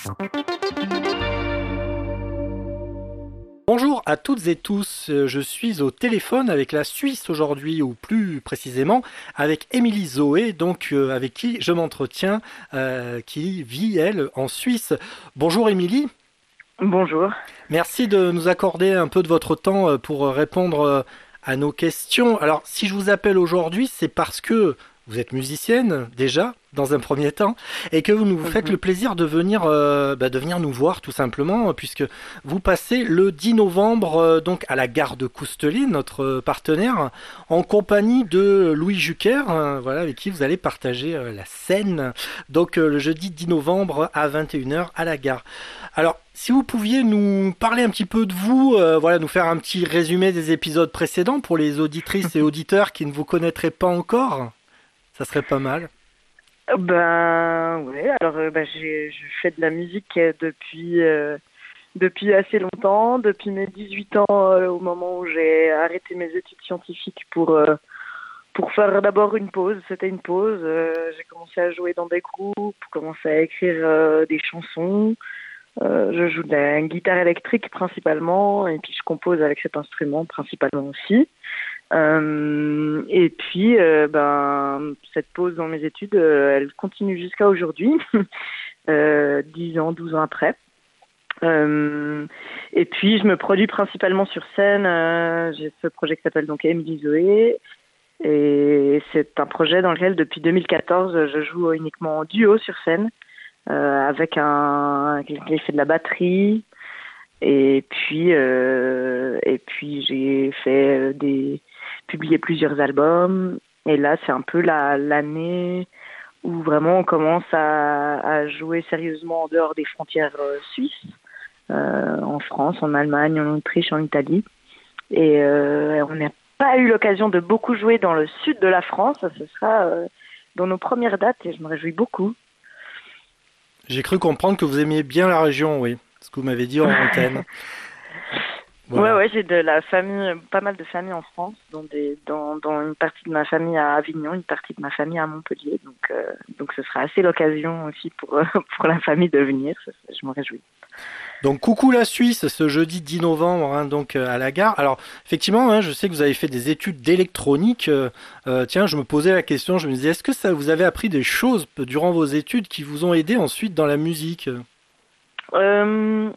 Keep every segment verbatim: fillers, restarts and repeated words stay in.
Bonjour à toutes et tous, je suis au téléphone avec la Suisse aujourd'hui, ou plus précisément avec Émilie Zoé, donc euh, avec qui je m'entretiens, euh, qui vit elle en Suisse. Bonjour Émilie. Bonjour. Merci de nous accorder un peu de votre temps euh, pour répondre euh, à nos questions. Alors, si je vous appelle aujourd'hui, c'est parce que vous êtes musicienne déjà, dans un premier temps, et que vous nous faites Mhm. le plaisir de venir, euh, bah, de venir nous voir tout simplement, puisque vous passez le dix novembre euh, donc à la gare de Cousteline, notre euh, partenaire, en compagnie de Louis Jucker, euh, voilà, avec qui vous allez partager euh, la scène, donc euh, le jeudi dix novembre à vingt et une heures à la gare. Alors, si vous pouviez nous parler un petit peu de vous, euh, voilà, nous faire un petit résumé des épisodes précédents pour les auditrices et auditeurs qui ne vous connaîtraient pas encore, ça serait pas mal. Ben ouais, alors euh, ben, j'ai, je fais de la musique euh, depuis euh, depuis assez longtemps, depuis mes dix-huit ans, euh, au moment où j'ai arrêté mes études scientifiques pour euh, pour faire d'abord une pause. C'était une pause. Euh, j'ai commencé à jouer dans des groupes, commencé à écrire euh, des chansons. Euh, je joue de la guitare électrique principalement, et puis je compose avec cet instrument principalement aussi. Euh, et puis, euh, ben, cette pause dans mes études, euh, elle continue jusqu'à aujourd'hui, euh, dix ans, douze ans après. Euh, et puis, je me produis principalement sur scène. Euh, j'ai ce projet qui s'appelle donc Emily Zoé. Et c'est un projet dans lequel, depuis deux mille quatorze, je joue uniquement en duo sur scène, euh, avec un, quelqu'un qui fait de la batterie. Et puis, euh, et puis j'ai fait des, publié plusieurs albums. Et là, c'est un peu la, l'année où vraiment on commence à, à jouer sérieusement en dehors des frontières euh, suisses, euh, en France, en Allemagne, en Autriche, en Italie. Et euh, on n'a pas eu l'occasion de beaucoup jouer dans le sud de la France. Ce sera euh, dans nos premières dates et je me réjouis beaucoup. J'ai cru comprendre que vous aimiez bien la région, oui, ce que vous m'avez dit en antenne. Ouais, Voilà. ouais, j'ai de la famille, pas mal de familles en France, dont, des, dans, dans une partie de ma famille à Avignon, une partie de ma famille à Montpellier. Donc, euh, donc ce sera assez l'occasion aussi pour, pour la famille de venir. Je me réjouis. Donc coucou la Suisse, ce jeudi dix novembre, hein, donc euh, à la gare. Alors effectivement, hein, je sais que vous avez fait des études d'électronique. Euh, euh, tiens, je me posais la question, je me disais, est-ce que ça vous avez appris des choses durant vos études qui vous ont aidé ensuite dans la musique? Euh,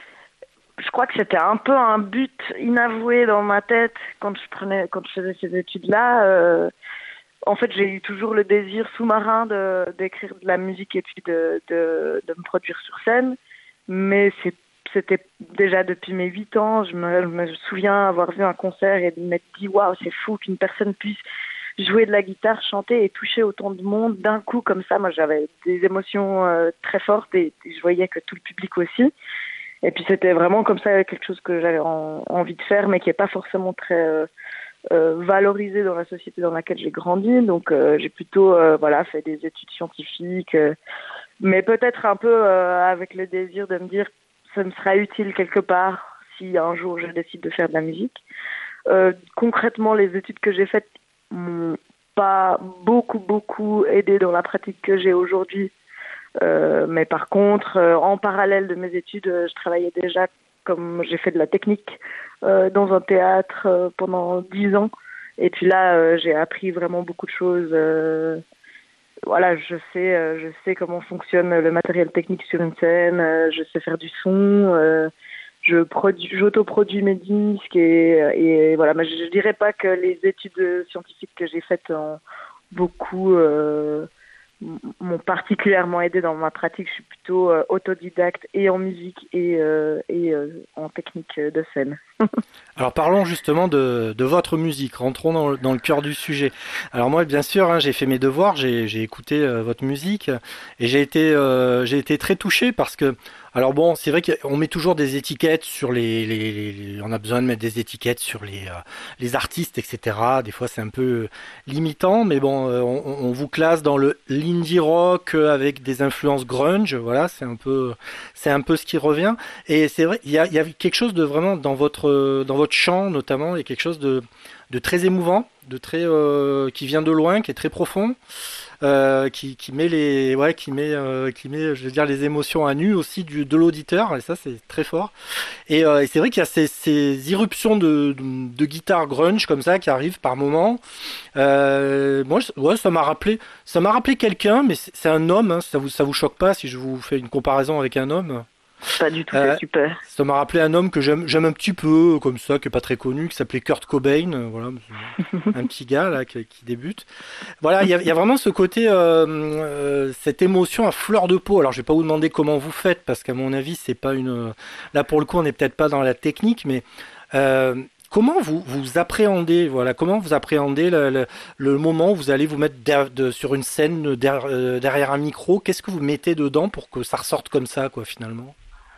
je crois que c'était un peu un but inavoué dans ma tête quand je prenais, quand je faisais ces études-là. Euh, en fait, j'ai eu toujours le désir sous-marin de d'écrire de la musique et puis de de, de me produire sur scène. Mais c'est, c'était déjà depuis mes huit ans. Je me, je me souviens avoir vu un concert et de m'être dit waouh, c'est fou qu'une personne puisse jouer de la guitare, chanter et toucher autant de monde d'un coup comme ça. Moi, j'avais des émotions euh, très fortes et, et je voyais que tout le public aussi. Et puis c'était vraiment comme ça quelque chose que j'avais en, envie de faire, mais qui est pas forcément très euh, euh, valorisé dans la société dans laquelle j'ai grandi. Donc euh, j'ai plutôt euh, voilà fait des études scientifiques, euh, mais peut-être un peu euh, avec le désir de me dire ça me sera utile quelque part si un jour je décide de faire de la musique. Euh, concrètement, les études que j'ai faites m'ont pas beaucoup beaucoup aidé dans la pratique que j'ai aujourd'hui. Euh, mais par contre, euh, en parallèle de mes études, euh, je travaillais déjà comme j'ai fait de la technique euh, dans un théâtre euh, pendant dix ans. Et puis là, euh, j'ai appris vraiment beaucoup de choses. Euh, voilà, je sais, euh, je sais comment fonctionne le matériel technique sur une scène. Euh, je sais faire du son. Euh, je produis, j'autoproduis mes disques et, et voilà. Mais je, je dirais pas que les études scientifiques que j'ai faites ont beaucoup euh, m'ont particulièrement aidé dans ma pratique. Je suis plutôt euh, autodidacte et en musique et, euh, et euh, en technique de scène. Alors parlons justement de, de votre musique, rentrons dans le, dans le cœur du sujet. Alors moi bien sûr hein, j'ai fait mes devoirs, j'ai, j'ai écouté euh, votre musique et j'ai été, euh, j'ai été très touché parce que, alors bon c'est vrai qu'on met toujours des étiquettes sur les, les, les- les- on a besoin de mettre des étiquettes sur les, euh, les artistes et cetera. Des fois c'est un peu limitant mais bon euh, on, on vous classe dans le l'indie rock euh, avec des influences grunge, voilà c'est un peu, c'est un peu ce qui revient. Et c'est vrai, il y a, il y a quelque chose de vraiment dans votre, dans votre chant notamment, il y a quelque chose de, de très émouvant, de très, euh, qui vient de loin, qui est très profond. euh, qui, qui met les, ouais, qui met, euh, qui met, je veux dire, les émotions à nu aussi du, de l'auditeur, et ça c'est très fort. Et, euh, et c'est vrai qu'il y a ces, ces irruptions de, de, de guitare grunge comme ça qui arrivent par moments. Euh, moi, je- ouais, ça m'a rappelé, ça m'a rappelé quelqu'un, mais c'est c'est un homme. Hein, ça vous, ça vous choque pas si je vous fais une comparaison avec un homme? Pas du tout, c'est Euh, super. Ça m'a rappelé un homme que j'aime, j'aime un petit peu, comme ça, qui est pas très connu, qui s'appelait Kurt Cobain. euh, Voilà, un petit gars là qui, qui débute. Voilà, il y a, il y a vraiment ce côté, euh, euh, cette émotion à fleur de peau. Alors, je vais pas vous demander comment vous faites, parce qu'à mon avis, c'est pas une. Là, pour le coup, on n'est peut-être pas dans la technique, mais euh, comment vous vous appréhendez, voilà, comment vous appréhendez le, le, le moment où vous allez vous mettre der- de- sur une scène der- euh, derrière un micro. Qu'est-ce que vous mettez dedans pour que ça ressorte comme ça, quoi, finalement?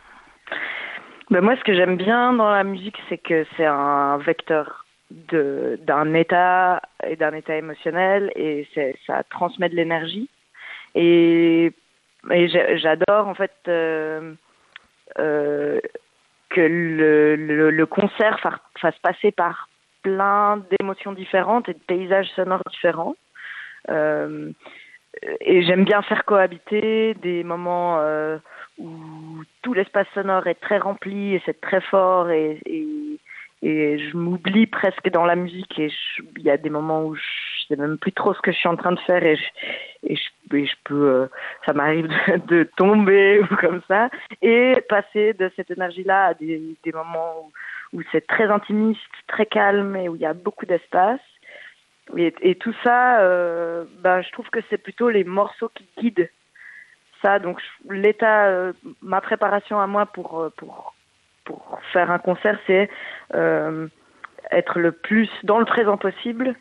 Ben moi, ce que j'aime bien dans la musique, c'est que c'est un vecteur de d'un état et d'un état émotionnel, et c'est ça transmet de l'énergie. Et, et j'ai- j'adore en fait euh, euh, que le, le, le concert fa- fasse passer par plein d'émotions différentes et de paysages sonores différents. Euh, et j'aime bien faire cohabiter des moments euh, où tout l'espace sonore est très rempli et c'est très fort, et, et, et je m'oublie presque dans la musique, et je- il y a des moments où je sais même plus trop ce que je suis en train de faire, et je, et je, et je peux, euh, ça m'arrive de, de tomber ou comme ça, et passer de cette énergie-là à des, des moments où, où c'est très intimiste, très calme et où il y a beaucoup d'espace. Et, et tout ça, euh, ben, je trouve que c'est plutôt les morceaux qui guident ça. Donc, je- l'état, euh, ma préparation à moi pour, euh, pour, pour faire un concert, c'est euh, être le plus dans le présent possible,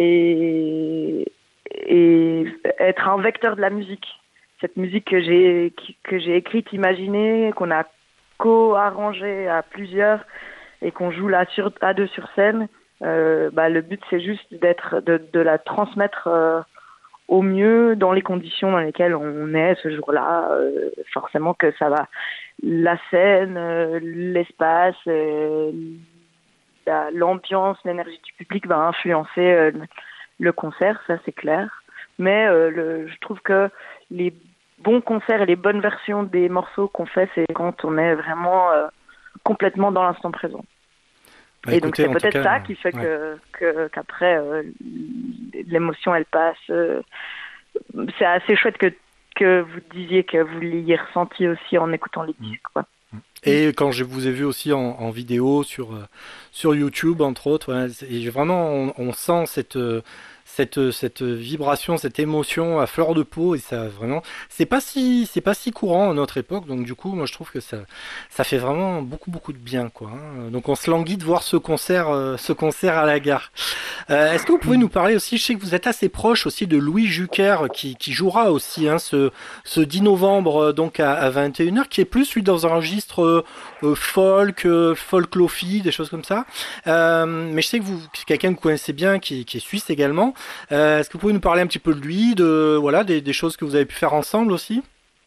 et, et être un vecteur de la musique. Cette musique que j'ai, qui- que j'ai écrite, imaginée, qu'on a co-arrangée à plusieurs et qu'on joue là sur, à deux sur scène. Euh, bah, le but, c'est juste d'être, de, de la transmettre euh, au mieux dans les conditions dans lesquelles on est ce jour-là. Euh, forcément que ça va. La scène, euh, l'espace, euh, la- l'ambiance, l'énergie du public va influencer euh, le concert, ça c'est clair. Mais euh, le, je trouve que les bons concerts et les bonnes versions des morceaux qu'on fait, c'est quand on est vraiment euh, complètement dans l'instant présent. Bah Et donc écoutez, c'est en tout peut-être cas, ça qui fait euh, ouais. que, que qu'après euh, l'émotion elle passe. euh, c'est assez chouette que que vous disiez que vous l'ayez ressenti aussi en écoutant les Mm. disques, quoi. Mm. Et quand je vous ai vu aussi en, en vidéo sur, euh, sur YouTube, entre autres, ouais, c'est- et vraiment, on, on sent cette, euh, cette, cette vibration, cette émotion à fleur de peau, et ça vraiment, c'est pas si, c'est pas si courant à notre époque, donc du coup, moi je trouve que ça, ça fait vraiment beaucoup, beaucoup de bien, quoi. Hein. Donc on se languit de voir ce concert, euh, ce concert à la gare. Euh, est-ce que vous pouvez nous parler aussi, je sais que vous êtes assez proche aussi de Louis Jucker qui, qui jouera aussi hein, ce, ce dix novembre euh, donc à, à vingt et une heures, qui est plus lui dans un registre euh, euh, folk, euh, folk lofi, des choses comme ça. Euh, mais je sais que vous, c'est quelqu'un que vous connaissez bien, qui, qui est suisse également. Euh, est-ce que vous pouvez nous parler un petit peu de lui, de voilà, des, des choses que vous avez pu faire ensemble aussi?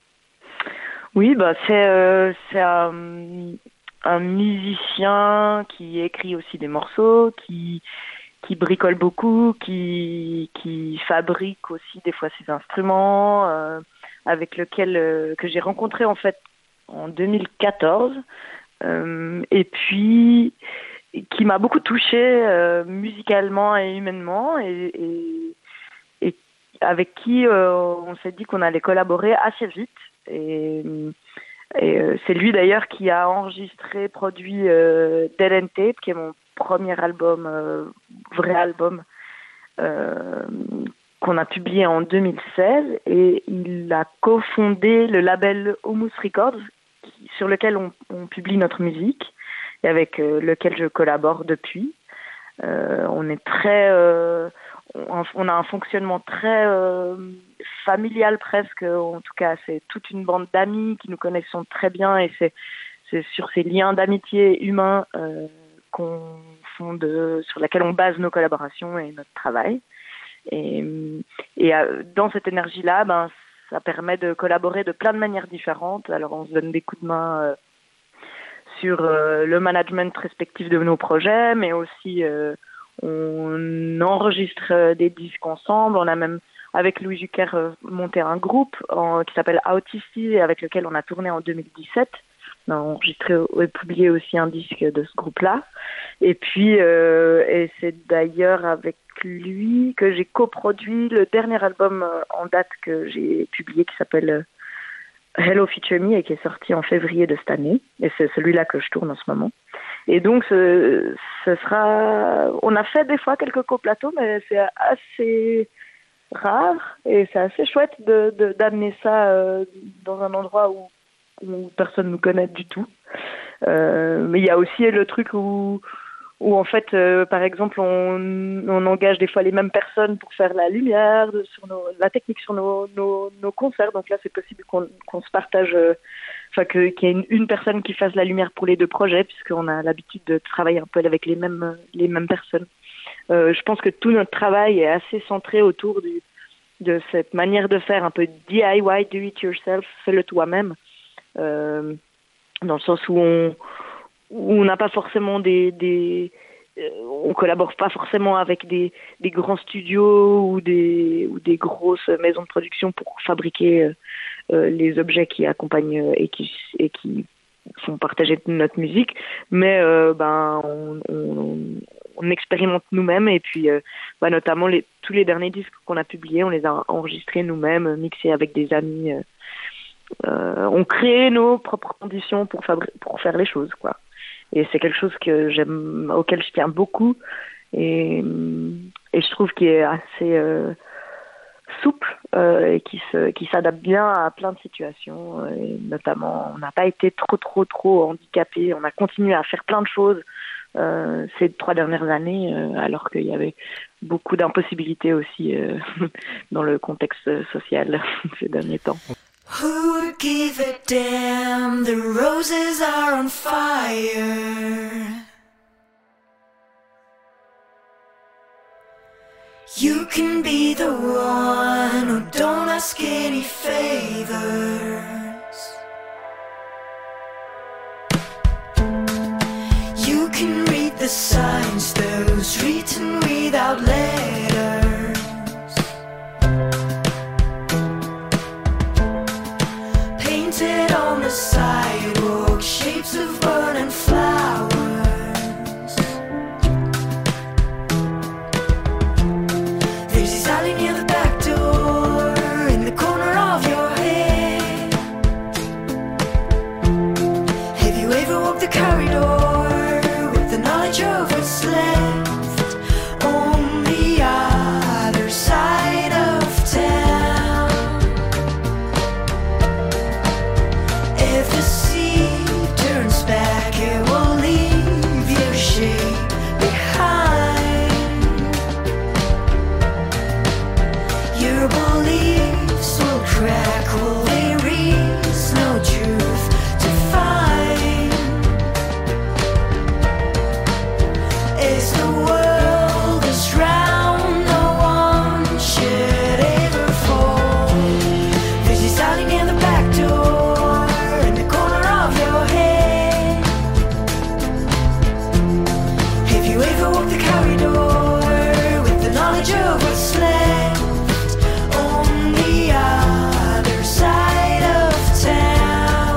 Oui, bah c'est euh, c'est un, un musicien qui écrit aussi des morceaux, qui qui bricole beaucoup, qui qui fabrique aussi des fois ses instruments, euh, avec lequel euh, que j'ai rencontré en fait en deux mille quatorze, euh, et puis qui m'a beaucoup touchée euh, musicalement et humainement, et, et, et avec qui euh, on s'est dit qu'on allait collaborer assez vite. Et, et euh, c'est lui d'ailleurs qui a enregistré, produit euh, Dead End Tape, qui est mon premier album, euh, vrai album, euh, qu'on a publié en deux mille seize, et il a cofondé le label Humus Records, qui- sur lequel on, on publie notre musique et avec euh, lequel je collabore depuis. Euh, on est très, euh, on, on a un fonctionnement très euh, familial presque. En tout cas, c'est toute une bande d'amis qui nous connaissons très bien, et c'est c'est sur ces liens d'amitié humains euh, qu'on fonde, sur laquelle on base nos collaborations et notre travail. Et, et euh, dans cette énergie-là, ben ça permet de collaborer de plein de manières différentes. Alors on se donne des coups de main euh, sur euh, le management respectif de nos projets, mais aussi euh, on enregistre euh, des disques ensemble. On a même avec Louis Jucker, euh, monté un groupe en, qui s'appelle Autisti, avec lequel on a tourné en deux mille dix-sept. On a enregistré et publié aussi un disque de ce groupe-là. Et puis, euh, et c'est d'ailleurs avec lui que j'ai coproduit le dernier album en date que j'ai publié qui s'appelle Hello Feature Me et qui est sorti en février de cette année. Et c'est celui-là que je tourne en ce moment. Et donc, ce, ce sera... On a fait des fois quelques coplateaux, mais c'est assez rare et c'est assez chouette de, de, d'amener ça euh, dans un endroit où où personne ne nous connaît du tout. Euh, mais il y a aussi le truc où, où en fait, euh, par exemple, on, on engage des fois les mêmes personnes pour faire la lumière, de, sur nos, la technique sur nos, nos, nos concerts. Donc là, c'est possible qu'on, qu'on se partage, euh, enfin que, qu'il y ait une, une personne qui fasse la lumière pour les deux projets, puisqu'on a l'habitude de travailler un peu avec les mêmes, les mêmes personnes. Euh, je pense que tout notre travail est assez centré autour du, de cette manière de faire un peu D I Y, do it yourself, fais-le toi-même. Euh, dans le sens où on où on n'a pas forcément des, des euh, on collabore pas forcément avec des, des grands studios ou des ou des grosses maisons de production pour fabriquer euh, euh, les objets qui accompagnent et qui et qui font partager notre musique, mais euh, ben on, on, on expérimente nous-mêmes et puis euh, bah, notamment les tous les derniers disques qu'on a publiés, on les a enregistrés nous-mêmes, mixés avec des amis. Euh, Euh, on crée nos propres conditions pour, fabri- pour faire les choses, quoi. Et c'est quelque chose que j'aime, auquel je tiens beaucoup et, et je trouve qu'il est assez euh, souple euh, et qui, se, qui s'adapte bien à plein de situations. Et notamment, on n'a pas été trop, trop, trop handicapés. On a continué à faire plein de choses euh, ces trois dernières années, euh, alors qu'il y avait beaucoup d'impossibilités aussi euh, dans le contexte social ces derniers temps. Who would give a damn? The roses are on fire. You can be the one who don't ask any favors. You can read the signs, those written without letters. On the sidewalk, shapes of burning flowers. There's this alley near the back door, in the corner of your head. Have you ever walked the corridor with the knowledge of what's left on the other side of town? If the sea turns back, it will leave your shape behind. Your beliefs will crack, well, there is no truth to find. As the world is round, no one should ever fall. There's this alley near the back door, the corridor with the knowledge of what's left on the other side of town.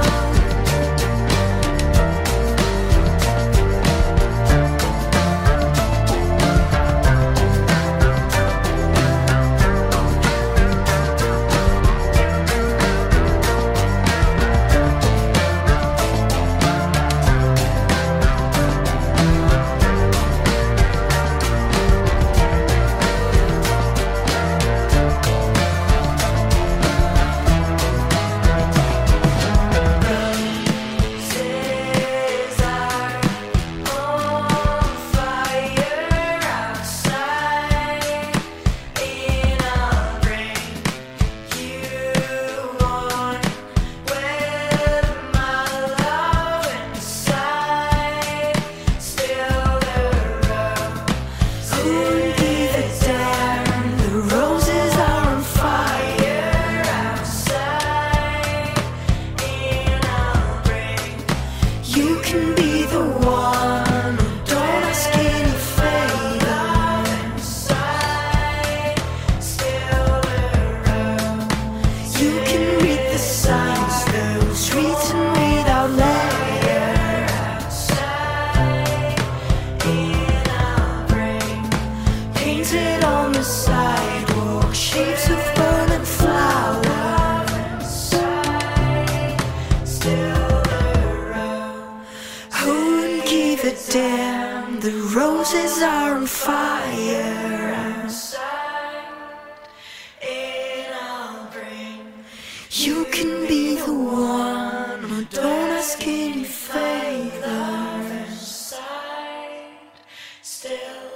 stand, the roses are on fire outside, and I'll bring. You can be the one, but don't ask any favors. Still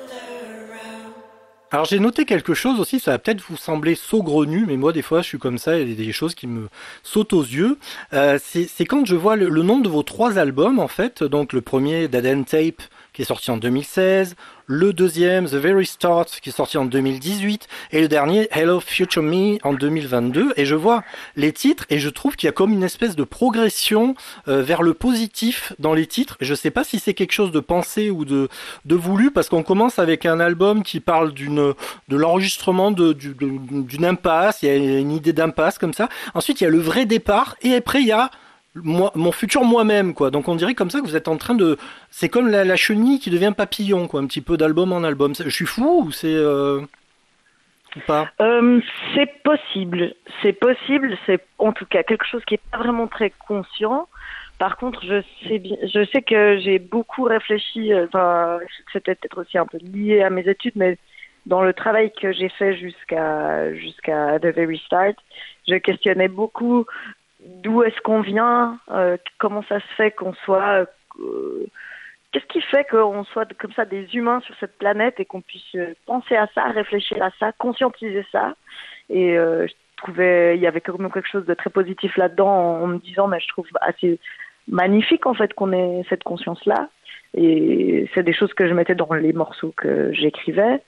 around. Alors j'ai noté quelque chose aussi, ça va peut-être vous sembler saugrenu, mais moi des fois je suis comme ça, il y a des choses qui me sautent aux yeux. Euh, c'est, c'est quand je vois le, le nom de vos trois albums en fait, donc le premier Dead End Tape qui est sorti en deux mille seize, le deuxième The Very Start qui est sorti en deux mille dix-huit et le dernier Hello Future Me en deux mille vingt-deux, et je vois les titres et je trouve qu'il y a comme une espèce de progression euh, vers le positif dans les titres. Je sais pas si c'est quelque chose de pensé ou de, de voulu, parce qu'on commence avec un album qui parle d'une, de l'enregistrement de, du- de- d'une impasse, il y a une idée d'impasse comme ça. Ensuite il y a le vrai départ et après il y a moi, mon futur moi-même, quoi. Donc on dirait comme ça que vous êtes en train de, c'est comme la, la chenille qui devient papillon, quoi, un petit peu d'album en album. C'est- Je suis fou ou c'est euh, ou pas? Euh, c'est possible, c'est possible, c'est en tout cas quelque chose qui est pas vraiment très conscient. Par contre, je sais bien, je sais que j'ai beaucoup réfléchi, euh, enfin, c'était peut-être aussi un peu lié à mes études, mais dans le travail que j'ai fait jusqu'à jusqu'à The Very Start, je questionnais beaucoup d'où est-ce qu'on vient, euh, comment ça se fait qu'on soit, euh, qu'est-ce qui fait qu'on soit de- comme ça des humains sur cette planète et qu'on puisse euh, penser à ça, réfléchir à ça, conscientiser ça. Et euh, je trouvais, il y avait quand même quelque chose de très positif là-dedans en, en me disant, mais je trouve assez magnifique en fait qu'on ait cette conscience-là. Et c'est des choses que je mettais dans les morceaux que j'écrivais.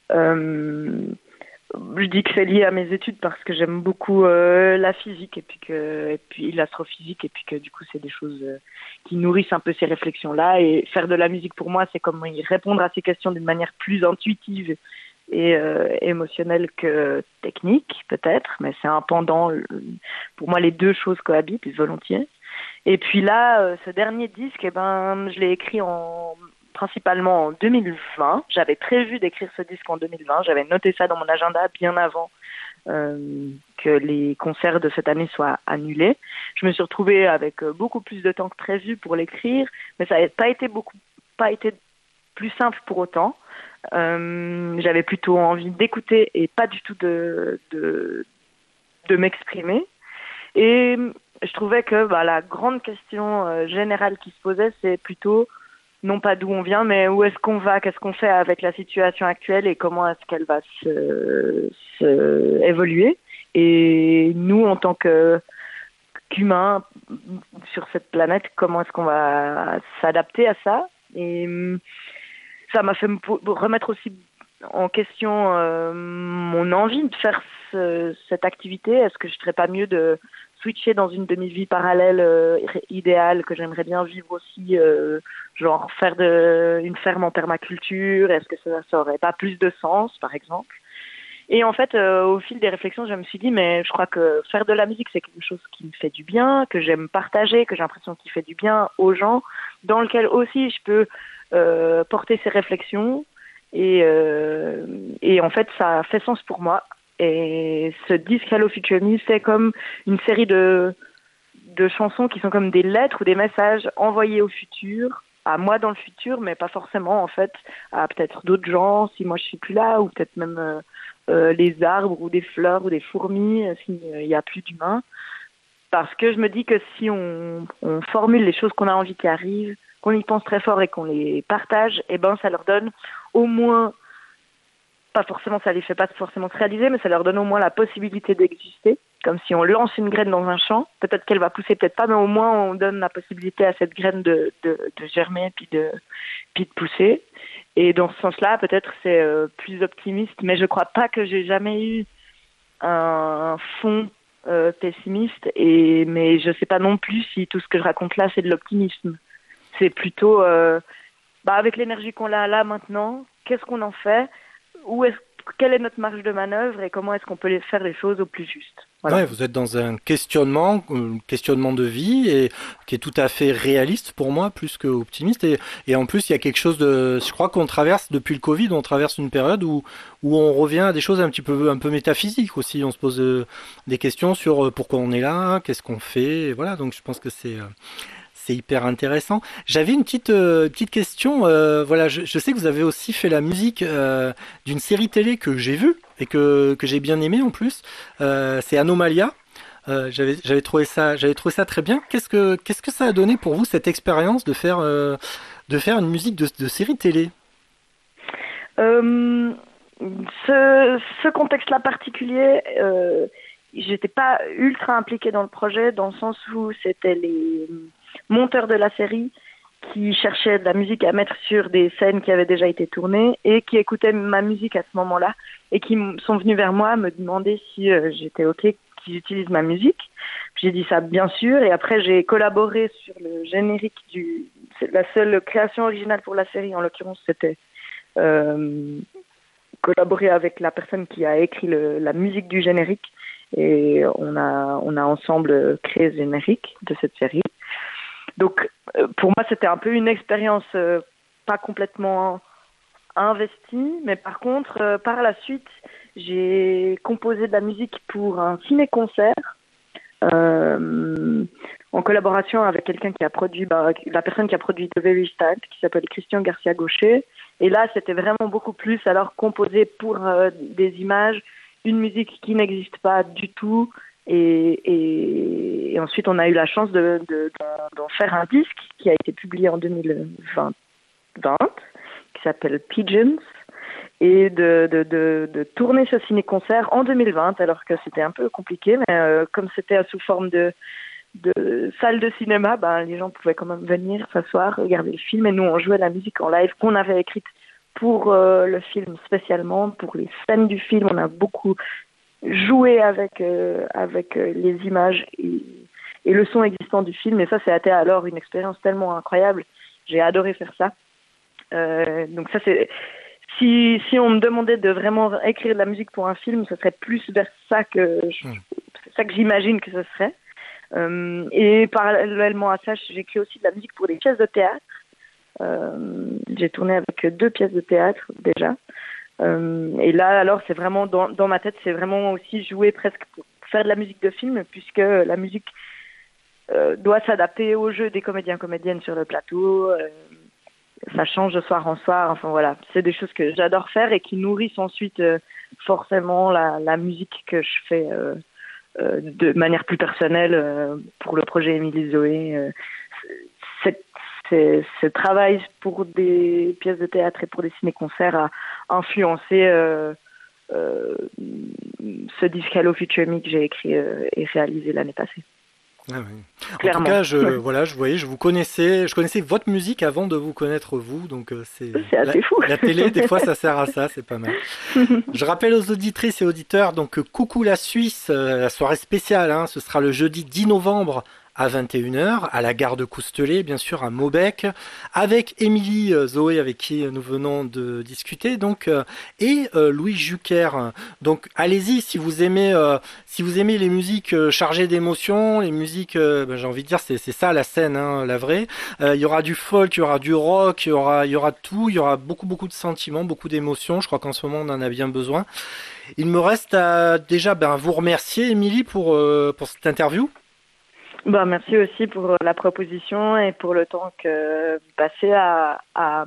Euh, je dis que c'est lié à mes études parce que j'aime beaucoup euh, la physique et puis que et puis l'astrophysique, et puis que du coup c'est des choses euh, qui nourrissent un peu ces réflexions-là. Et faire de la musique pour moi, c'est comme y répondre à ces questions d'une manière plus intuitive et euh, émotionnelle que technique peut-être, mais c'est un pendant. euh, Pour moi, les deux choses cohabitent volontiers. Et puis là, euh, ce dernier disque, eh ben, je l'ai écrit en principalement en deux mille vingt. J'avais prévu d'écrire ce disque en deux mille vingt. J'avais noté ça dans mon agenda bien avant euh, que les concerts de cette année soient annulés. Je me suis retrouvée avec euh, beaucoup plus de temps que prévu pour l'écrire, mais ça n'a pas été beaucoup, pas été plus simple pour autant. Euh, j'avais plutôt envie d'écouter et pas du tout de de, de m'exprimer. Et je trouvais que bah, la grande question euh, générale qui se posait, c'est plutôt non pas d'où on vient, mais où est-ce qu'on va, qu'est-ce qu'on fait avec la situation actuelle et comment est-ce qu'elle va se, se évoluer. Et nous, en tant que qu'humains sur cette planète, comment est-ce qu'on va s'adapter à ça. Et hum, ça m'a fait me po- remettre aussi en question euh, mon envie de faire ce- cette activité. Est-ce que je ne ferais pas mieux de switcher dans une demi-vie parallèle euh, idéale que j'aimerais bien vivre aussi, euh, genre faire de, une ferme en permaculture? Est-ce que ça, ça aurait pas plus de sens, par exemple? Et en fait, euh, au fil des réflexions, je me suis dit, mais je crois que faire de la musique, c'est quelque chose qui me fait du bien, que j'aime partager, que j'ai l'impression qu'il fait du bien aux gens, dans lequel aussi je peux euh, porter ces réflexions. Et, euh, et en fait, ça fait sens pour moi. Et ce disque Hello Future Me, c'est comme une série de, de chansons qui sont comme des lettres ou des messages envoyés au futur, à moi dans le futur, mais pas forcément en fait à peut-être d'autres gens si moi je suis plus là, ou peut-être même euh, euh, les arbres ou des fleurs ou des fourmis euh, s'il n'y a plus d'humains. Parce que je me dis que si on, on formule les choses qu'on a envie qui arrivent, qu'on y pense très fort et qu'on les partage, eh ben ça leur donne au moins, pas forcément, ça les fait pas forcément se réaliser, mais ça leur donne au moins la possibilité d'exister. Comme si on lance une graine dans un champ, peut-être qu'elle va pousser, peut-être pas, mais au moins on donne la possibilité à cette graine de, de, de germer puis de, puis de pousser. Et dans ce sens-là, peut-être c'est euh, plus optimiste, mais je crois pas que j'ai jamais eu un fond euh, pessimiste, et, mais je sais pas non plus si tout ce que je raconte là c'est de l'optimisme. C'est plutôt, euh, bah avec l'énergie qu'on a là maintenant, qu'est-ce qu'on en fait? Où est-ce, quelle est notre marge de manœuvre et comment est-ce qu'on peut les faire les choses au plus juste? Voilà. Ouais, vous êtes dans un questionnement, un questionnement de vie et qui est tout à fait réaliste pour moi, plus que optimiste. Et, et en plus, il y a quelque chose de, je crois qu'on traverse depuis le Covid, on traverse une période où où on revient à des choses un petit peu un peu métaphysiques aussi. On se pose euh, des questions sur euh, pourquoi on est là, qu'est-ce qu'on fait. Et voilà, donc je pense que c'est euh, C'est hyper intéressant. J'avais une petite euh, petite question. Euh, voilà, je, je sais que vous avez aussi fait la musique euh, d'une série télé que j'ai vue et que que j'ai bien aimé en plus. Euh, c'est Anomalia. Euh, j'avais j'avais trouvé ça j'avais trouvé ça très bien. Qu'est-ce que qu'est-ce que ça a donné pour vous cette expérience de faire euh, de faire une musique de, de série télé? Euh, ce, ce contexte-là particulier, euh, j'étais pas ultra impliquée dans le projet, dans le sens où c'était les monteurs de la série qui cherchaient de la musique à mettre sur des scènes qui avaient déjà été tournées et qui écoutaient ma musique à ce moment-là et qui m- sont venus vers moi me demander si euh, j'étais OK qu'ils utilisent ma musique. J'ai dit ça bien sûr et après j'ai collaboré sur le générique du... C'est la seule création originale pour la série, en l'occurrence c'était euh, collaborer avec la personne qui a écrit le, la musique du générique et on a, on a ensemble créé ce générique de cette série. Donc, euh, pour moi, c'était un peu une expérience euh, pas complètement investie, mais par contre, euh, par la suite, j'ai composé de la musique pour un ciné-concert euh, en collaboration avec quelqu'un qui a produit, bah, la personne qui a produit The Very Start, qui s'appelle Christian Garcia Gaucher. Et là, c'était vraiment beaucoup plus alors composé pour euh, des images, une musique qui n'existe pas du tout. Et, et, et ensuite, on a eu la chance de, de, d'en, d'en faire un disque qui a été publié en deux mille vingt, qui s'appelle Pigeons, et de, de, de, de tourner ce ciné-concert en deux mille vingt, alors que c'était un peu compliqué, mais euh, comme c'était sous forme de, de salle de cinéma, ben, les gens pouvaient quand même venir s'asseoir, regarder le film, et nous, on jouait la musique en live qu'on avait écrite pour euh, le film spécialement, pour les scènes du film. On a beaucoup jouer avec euh, avec euh, les images et, et le son existant du film, et ça c'était alors une expérience tellement incroyable. J'ai adoré faire ça. Euh, donc ça c'est si si on me demandait de vraiment écrire de la musique pour un film, ce serait plus vers ça que je, Hmm. c'est ça que j'imagine que ce serait. Euh, et parallèlement à ça, j'écris aussi de la musique pour des pièces de théâtre. Euh, j'ai tourné avec deux pièces de théâtre déjà. Euh, et là, alors, c'est vraiment dans, dans ma tête, c'est vraiment aussi jouer presque pour faire de la musique de film, puisque la musique euh, doit s'adapter au jeu des comédiens comédiennes sur le plateau. Euh, ça change de soir en soir. Enfin voilà, c'est des choses que j'adore faire et qui nourrissent ensuite euh, forcément la, la musique que je fais euh, euh, de manière plus personnelle euh, pour le projet Émilie Zoé. Euh, c'est, c'est, ce travail pour des pièces de théâtre et pour des ciné-concerts a influencé euh, euh, ce disque Hello Future Me que j'ai écrit euh, et réalisé l'année passée. Ah oui. En tout Clairement. cas, je voilà, je voyais, je vous connaissais, je connaissais votre musique avant de vous connaître vous, donc euh, c'est C'est la, assez fou. la télé, des fois, ça sert à ça, c'est pas mal. Je rappelle aux auditrices et auditeurs, donc que Coucou la Suisse, euh, la soirée spéciale, hein, ce sera le jeudi dix novembre à vingt et une heures à la gare de Coustelet, bien sûr à Maubec, avec Émilie euh, Zoé avec qui nous venons de discuter, donc euh, et euh, Louis Jucker. Donc allez-y si vous aimez euh, si vous aimez les musiques euh, chargées d'émotions, les musiques, euh, ben, j'ai envie de dire c'est c'est ça la scène, hein, la vraie. Euh, Il y aura du folk, il y aura du rock, il y aura il y aura tout, il y aura beaucoup beaucoup de sentiments, beaucoup d'émotions. Je crois qu'en ce moment on en a bien besoin. Il me reste à déjà ben vous remercier Émilie pour euh, pour cette interview. Bah, merci aussi pour la proposition et pour le temps que vous passez à, à,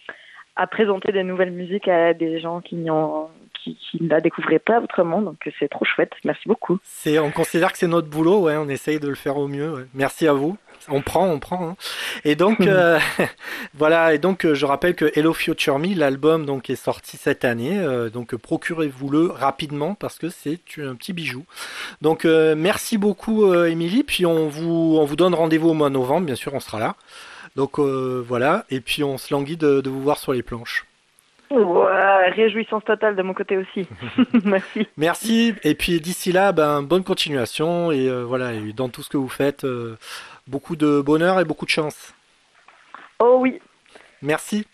à présenter des nouvelles musiques à des gens qui, n'y ont, qui, qui ne la découvraient pas autrement. Donc c'est trop chouette. Merci beaucoup. C'est, on considère que c'est notre boulot, ouais, on essaye de le faire au mieux. Ouais. Merci à vous. On prend, on prend. Hein. Et donc, euh, voilà. Et donc, euh, je rappelle que Hello Future Me, l'album donc est sorti cette année. Euh, donc, procurez-vous-le rapidement parce que c'est un petit bijou. Donc, euh, merci beaucoup, euh, Émilie. Puis on vous, on vous donne rendez-vous au mois de novembre. Bien sûr, on sera là. Donc euh, voilà. Et puis on se languit de, de vous voir sur les planches. Ouais, réjouissance totale de mon côté aussi. Merci. Merci. Et puis d'ici là, ben, bonne continuation. Et euh, voilà, et dans tout ce que vous faites, euh, beaucoup de bonheur et beaucoup de chance. Oh oui. Merci.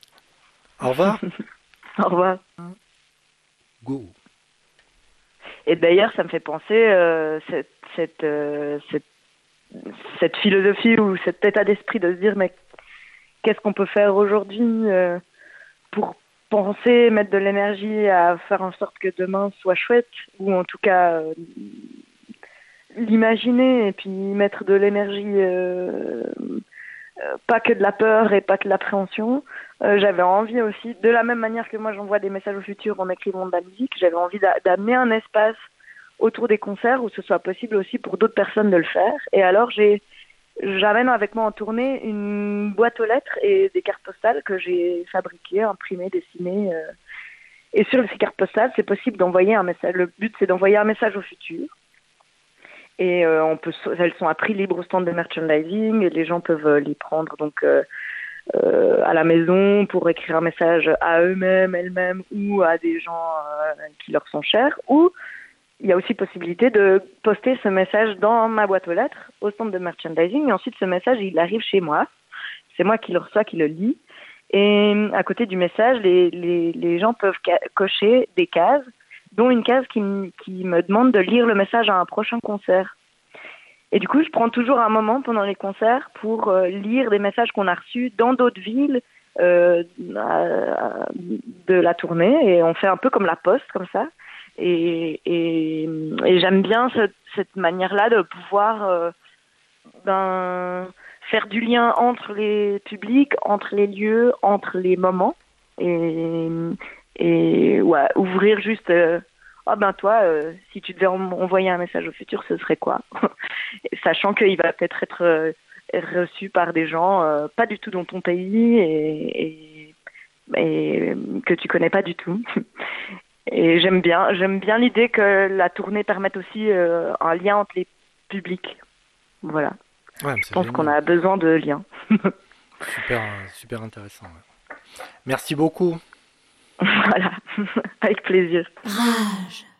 Au revoir. Au revoir. Go. Et d'ailleurs, ça me fait penser euh, cette, cette, euh, cette, cette philosophie ou cet état d'esprit de se dire mais qu'est-ce qu'on peut faire aujourd'hui euh, pour penser, mettre de l'énergie à faire en sorte que demain soit chouette, ou en tout cas euh, l'imaginer et puis mettre de l'énergie, euh, euh, pas que de la peur et pas que de l'appréhension. Euh, j'avais envie aussi, de la même manière que moi j'envoie des messages au futur en écrivant de la musique, j'avais envie d'a- d'amener un espace autour des concerts où ce soit possible aussi pour d'autres personnes de le faire. Et alors j'ai j'amène avec moi en tournée une boîte aux lettres et des cartes postales que j'ai fabriquées, imprimées, dessinées. euh. Et sur ces cartes postales, c'est possible d'envoyer un message. Le but, c'est d'envoyer un message au futur. Et euh, on peut, elles sont à prix libre au stand de merchandising et les gens peuvent euh, les prendre donc euh, euh, à la maison pour écrire un message à eux-mêmes, elles-mêmes ou à des gens euh, qui leur sont chers. Ou il y a aussi possibilité de poster ce message dans ma boîte aux lettres au stand de merchandising et ensuite ce message il arrive chez moi. C'est moi qui le reçois, qui le lis. Et à côté du message, les, les, les gens peuvent ca- cocher des cases, dont une case qui, m- qui me demande de lire le message à un prochain concert. Et du coup, je prends toujours un moment pendant les concerts pour euh, lire des messages qu'on a reçus dans d'autres villes euh, à- de la tournée. Et on fait un peu comme la poste, comme ça. Et, et, et j'aime bien cette, cette manière-là de pouvoir euh, ben, faire du lien entre les publics, entre les lieux, entre les moments. Et, et ouais, ouvrir juste... Euh, ah ben toi, euh, si tu devais en- envoyer un message au futur, ce serait quoi? Sachant qu'il va peut-être être euh, reçu par des gens euh, pas du tout dans ton pays et, et, et que tu connais pas du tout. Et j'aime bien, j'aime bien l'idée que la tournée permette aussi euh, un lien entre les publics. Voilà. Ouais, mais Je c'est pense qu'on génial. a besoin de liens. Super, euh, super intéressant. Ouais. Merci beaucoup. Voilà. Avec plaisir. Rage.